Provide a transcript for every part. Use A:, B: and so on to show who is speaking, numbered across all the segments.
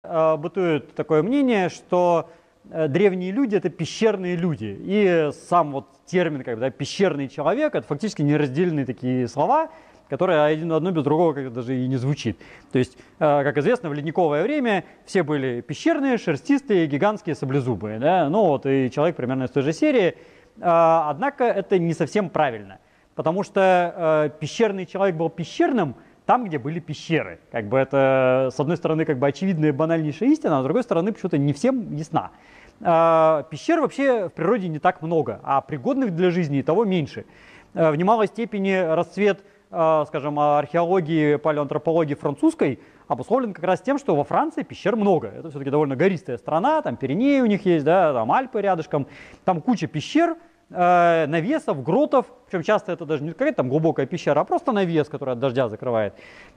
A: Бытует такое мнение, что древние люди — это пещерные люди. И сам вот термин пещерный человек — это фактически нераздельные такие слова, которые одно без другого как даже и не звучит. То есть, как известно, в ледниковое время все были пещерные, шерстистые, гигантские, саблезубые. Да? Ну вот и человек примерно из той же серии. Однако это не совсем правильно, потому что пещерный человек был пещерным там, где были пещеры. Это, с одной стороны, очевидная и банальнейшая истина, а с другой стороны, почему-то не всем ясна. Пещер вообще в природе не так много, а пригодных для жизни и того меньше. В немалой степени расцвет, скажем, археологии, палеоантропологии французской обусловлен как раз тем, что во Франции пещер много. Это все-таки довольно гористая страна, там Пиренеи у них есть, да, там Альпы рядышком, там куча пещер, навесов, гротов, причем часто это даже не какая-то там глубокая пещера, а просто навес, который от дождя закрывает.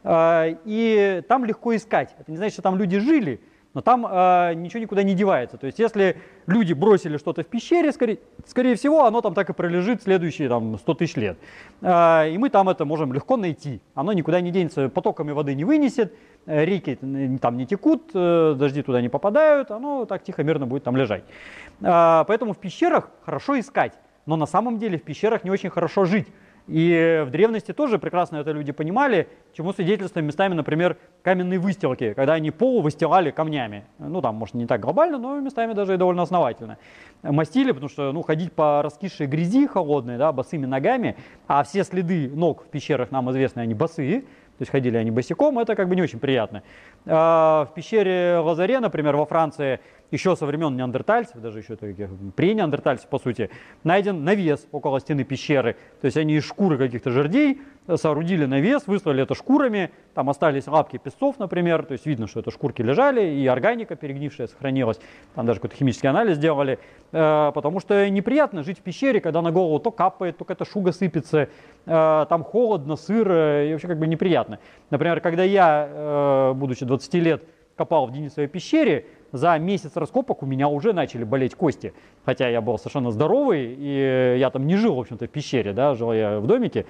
A: И там легко искать. Это не значит, что там люди жили, но там ничего никуда не девается. То есть если люди бросили что-то в пещере, скорее всего, оно там так и пролежит следующие 100 тысяч лет. И мы там это можем легко найти. Оно никуда не денется, потоками воды не вынесет, реки там не текут, дожди туда не попадают, оно так тихо, мирно будет там лежать. Поэтому в пещерах хорошо искать, но на самом деле в пещерах не очень хорошо жить. И в древности тоже прекрасно это люди понимали, чему свидетельствуют местами, например, каменные выстилки, когда они пол выстилали камнями. Ну, там, может, не так глобально, но местами даже и довольно основательно. Мастили, потому что, ходить по раскисшей грязи холодной, да, босыми ногами, а все следы ног в пещерах нам известны, они босые, то есть ходили они босиком, это не очень приятно. В пещере Лазаре, например, во Франции, еще со времен неандертальцев, даже еще pre-неандертальцев, по сути, найден навес около стены пещеры. То есть они из шкуры каких-то жердей соорудили навес, выслали это шкурами, там остались лапки песцов, например, то есть видно, что это шкурки лежали, и органика перегнившая сохранилась, там даже какой-то химический анализ сделали, потому что неприятно жить в пещере, когда на голову то капает, то какая-то шуга сыпется, там холодно, сыро, и вообще неприятно. Например, когда я, будучи 20 лет, копал в Денисовой пещере, за месяц раскопок у меня уже начали болеть кости. Хотя я был совершенно здоровый, и я там не жил, в общем-то, в пещере, да, жил я в домике.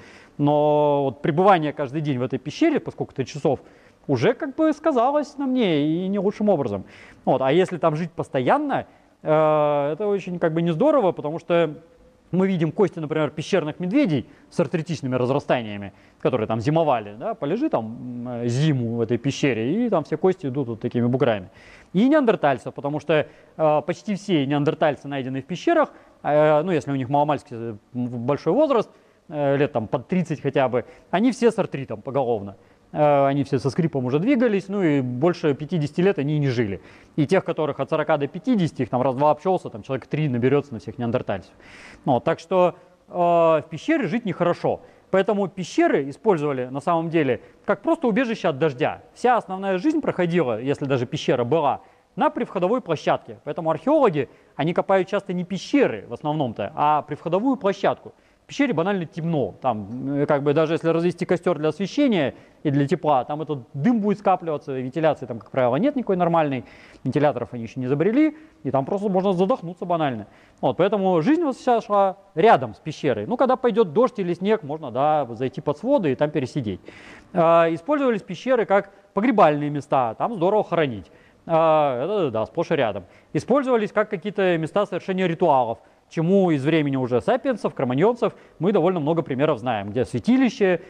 A: Но вот пребывание каждый день в этой пещере, по сколько-то часов, уже сказалось на мне, и не лучшим образом. Вот. А если там жить постоянно, это очень не здорово, потому что мы видим кости, например, пещерных медведей с артритичными разрастаниями, которые там зимовали, да, полежи там зиму в этой пещере, и там все кости идут вот такими буграми. И неандертальцев, потому что почти все неандертальцы, найденные в пещерах, если у них маломальски большой возраст, лет там под 30 хотя бы, они все с артритом поголовно. Они все со скрипом уже двигались, и больше 50 лет они и не жили. И тех, которых от 40 до 50, их там раз-два общался, там человек 3 наберется на всех неандертальцев. Так что в пещере жить нехорошо. Поэтому пещеры использовали на самом деле как просто убежище от дождя. Вся основная жизнь проходила, если даже пещера была, на привходовой площадке. Поэтому археологи, они копают часто не пещеры в основном-то, а привходовую площадку. В пещере банально темно, там даже если развести костер для освещения и для тепла, там этот дым будет скапливаться, вентиляции там, как правило, нет никакой нормальной, вентиляторов они еще не изобрели, и там просто можно задохнуться банально. Поэтому жизнь вот сейчас шла рядом с пещерой. Когда пойдет дождь или снег, можно, да, зайти под своды и там пересидеть. Использовались пещеры как погребальные места, там здорово хоронить. Это, да, сплошь и рядом. Использовались как какие-то места совершения ритуалов, чему из времени уже сапиенсов, кроманьонцев мы довольно много примеров знаем, где святилище,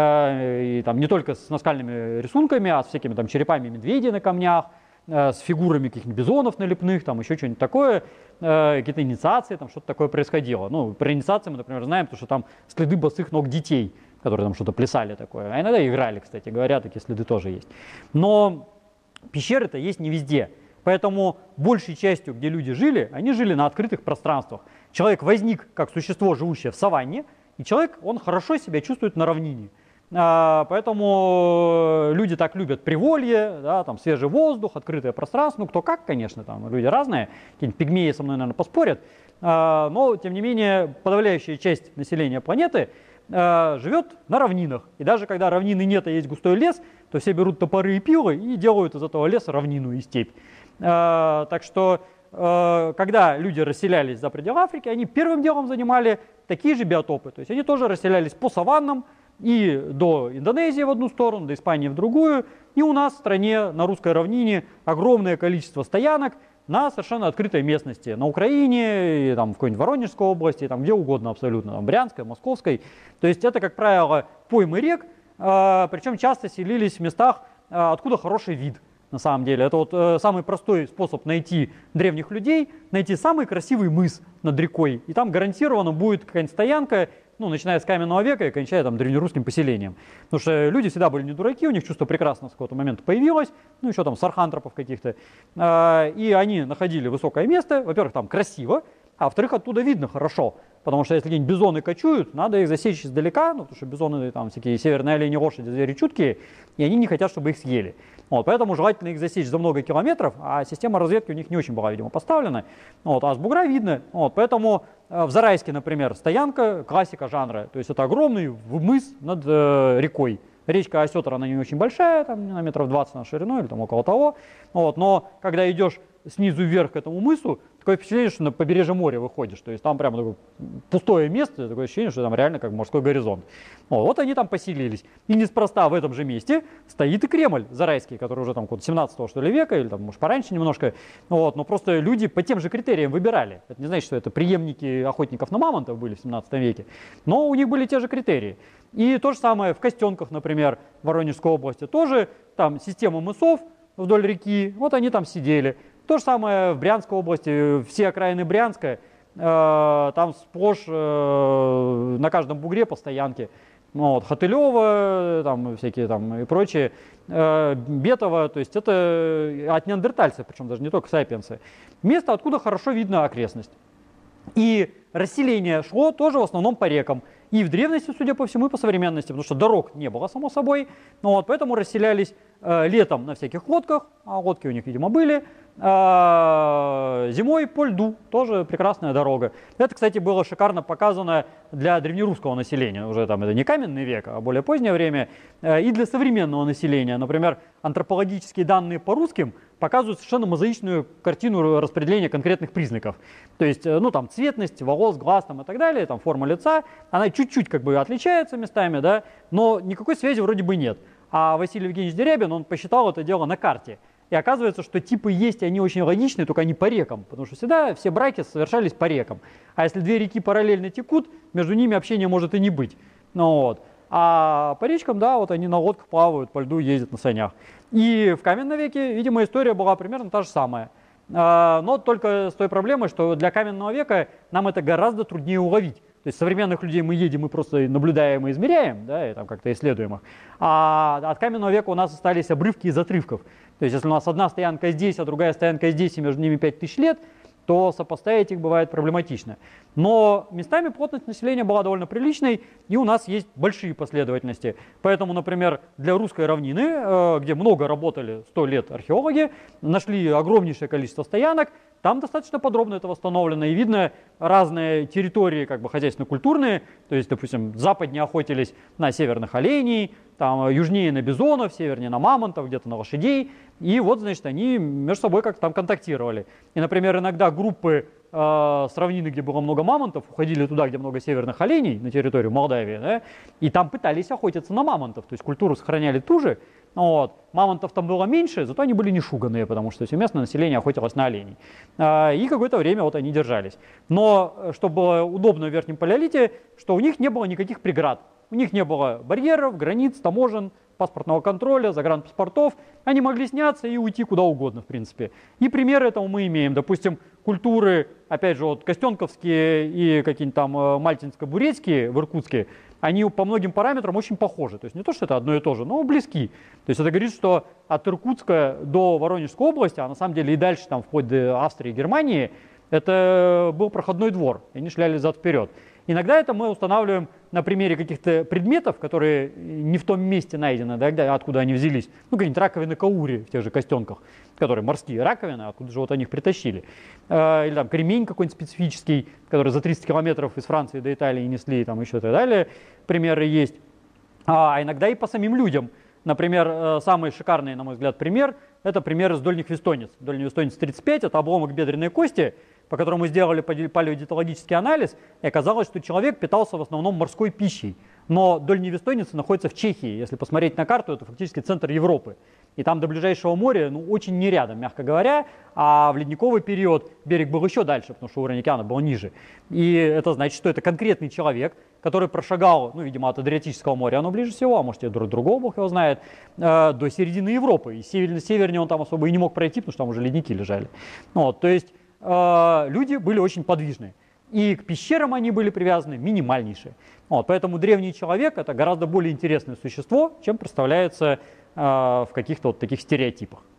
A: и там не только с наскальными рисунками, а с всякими там черепами медведей на камнях, с фигурами каких-нибудь бизонов налепных, там еще что-нибудь такое, какие-то инициации, там что-то такое происходило. Про инициации мы, например, знаем, потому что там следы босых ног детей, которые там что-то плясали такое, а иногда играли, кстати говоря, такие следы тоже есть. Но пещеры-то есть не везде. Поэтому большей частью, где люди жили, они жили на открытых пространствах. Человек возник как существо, живущее в саванне, и человек, он хорошо себя чувствует на равнине. Поэтому люди так любят приволье, да, там свежий воздух, открытое пространство. Кто как, конечно, там люди разные, какие-нибудь пигмеи со мной, наверное, поспорят. Но, тем не менее, подавляющая часть населения планеты живет на равнинах. И даже когда равнины нет, а есть густой лес, то все берут топоры и пилы и делают из этого леса равнину и степь. Так что, когда люди расселялись за пределы Африки, они первым делом занимали такие же биотопы. То есть они тоже расселялись по саваннам, и до Индонезии в одну сторону, до Испании в другую. И у нас в стране на русской равнине огромное количество стоянок на совершенно открытой местности. На Украине, и, там, в какой-нибудь Воронежской области, там, где угодно абсолютно, там, Брянской, Московской. То есть это, как правило, поймы рек, причем часто селились в местах, откуда хороший вид. На самом деле, это вот самый простой способ найти древних людей, найти самый красивый мыс над рекой, и там гарантированно будет какая-нибудь стоянка, ну, начиная с каменного века и кончая там древнерусским поселением. Потому что люди всегда были не дураки, у них чувство прекрасного с какого-то момента появилось, ну, еще там с архантропов каких-то, и они находили высокое место, во-первых, там красиво, а во-вторых, оттуда видно хорошо. Потому что если какие-нибудь бизоны кочуют, надо их засечь издалека, ну, потому что бизоны там всякие северные олени, лошади, звери чуткие, и они не хотят, чтобы их съели. Вот, поэтому желательно их засечь за много километров, а система разведки у них не очень была, видимо, поставлена. Вот, а с бугра видно. Вот, поэтому в Зарайске, например, стоянка, классика жанра. То есть это огромный мыс над рекой. Речка Осетр, она не очень большая, там на метров 20 на ширину или там около того. Вот, но когда идешь снизу вверх к этому мысу, такое впечатление, что на побережье моря выходишь. То есть там прямо такое пустое место, такое ощущение, что там реально как морской горизонт. Вот они там поселились. И неспроста в этом же месте стоит и Кремль Зарайский, который уже там 17 что ли века, или там, может, пораньше немножко. Вот, но просто люди по тем же критериям выбирали. Это не значит, что это преемники охотников на мамонтов были в 17 веке, но у них были те же критерии. И то же самое в Костенках, например, в Воронежской области. Тоже там система мысов вдоль реки, вот они там сидели. То же самое в Брянской области, все окраины Брянска, там сплошь на каждом бугре по стоянке. Вот, Хотылево, там всякие там и прочие, Бетово, то есть это от неандертальцев, причем даже не только сапиенсы. Место, откуда хорошо видно окрестность. И расселение шло тоже в основном по рекам. И в древности, судя по всему, и по современности, потому что дорог не было, само собой. Вот, поэтому расселялись летом на всяких лодках, а лодки у них, видимо, были. Зимой по льду, тоже прекрасная дорога. Это, кстати, было шикарно показано для древнерусского населения. Уже там это не каменный век, а более позднее время. И для современного населения. Например, антропологические данные по русским показывают совершенно мозаичную картину распределения конкретных признаков. То есть, ну там цветность волос, глаз там, и так далее, там форма лица, она чуть-чуть как бы отличается местами, да, но никакой связи вроде бы нет. А Василий Евгеньевич Дерябин, он посчитал это дело на карте. И оказывается, что типы есть, и они очень логичные, только они по рекам. Потому что всегда все браки совершались по рекам. А если две реки параллельно текут, между ними общения может и не быть. Ну, вот. А по речкам, да, вот они на лодках плавают, по льду ездят на санях. И в каменном веке, видимо, история была примерно та же самая. Но только с той проблемой, что для каменного века нам это гораздо труднее уловить. То есть современных людей мы едем и просто наблюдаем и измеряем, да, и там как-то исследуем их. А от каменного века у нас остались обрывки из отрывков. То есть если у нас одна стоянка здесь, а другая стоянка здесь, и между ними 5000 лет, то сопоставить их бывает проблематично. Но местами плотность населения была довольно приличной, и у нас есть большие последовательности. Поэтому, например, для русской равнины, где много работали 100 лет археологи, нашли огромнейшее количество стоянок, там достаточно подробно это восстановлено, и видно разные территории как бы хозяйственно-культурные, то есть, допустим, западнее охотились на северных оленей, там, южнее на бизонов, севернее на мамонтов, где-то на лошадей, и вот, значит, они между собой как-то там контактировали. И, например, иногда группы с равнины, где было много мамонтов, уходили туда, где много северных оленей, на территорию Молдавии, да, и там пытались охотиться на мамонтов, то есть культуру сохраняли ту же. Вот. Мамонтов там было меньше, зато они были не шуганные, потому что все местное население охотилось на оленей. И какое-то время вот они держались. Но что было удобно в Верхнем Палеолите, что у них не было никаких преград. У них не было барьеров, границ, таможен, паспортного контроля, загранпаспортов. Они могли сняться и уйти куда угодно, в принципе. И примеры этому мы имеем. Допустим, культуры, опять же, вот костенковские и какие-нибудь там мальтинско-бурецкие в Иркутске, они по многим параметрам очень похожи. То есть не то, что это одно и то же, но близки. То есть это говорит, что от Иркутска до Воронежской области, а на самом деле и дальше, там, вплоть до Австрии и Германии, это был проходной двор. И они шляли зад-вперед. Иногда это мы устанавливаем на примере каких-то предметов, которые не в том месте найдены, да, откуда они взялись. Ну, какие-нибудь раковины каури в тех же костенках, которые морские раковины, откуда же вот они их притащили. Или там кремень какой-нибудь специфический, который за 300 километров из Франции до Италии несли, там еще и так далее. Примеры есть. А иногда и по самим людям. Например, самый шикарный, на мой взгляд, пример – это пример из дольних вестонец. Дольний вестонец 35 – это обломок бедренной кости, по которому сделали палеодиетологический анализ, и оказалось, что человек питался в основном морской пищей. Но Дольневестойница находится в Чехии. Если посмотреть на карту, это фактически центр Европы. И там до ближайшего моря, ну, очень не рядом, мягко говоря. А в ледниковый период берег был еще дальше, потому что уровень океана был ниже. И это значит, что это конкретный человек, который прошагал, ну, видимо, от Адриатического моря, оно ближе всего, а может и до другого, бог его знает, до середины Европы. И севернее он там особо и не мог пройти, потому что там уже ледники лежали. Вот, то есть люди были очень подвижные. И к пещерам они были привязаны минимальнейшие. Вот, поэтому древний человек – это гораздо более интересное существо, чем представляется в каких-то вот таких стереотипах.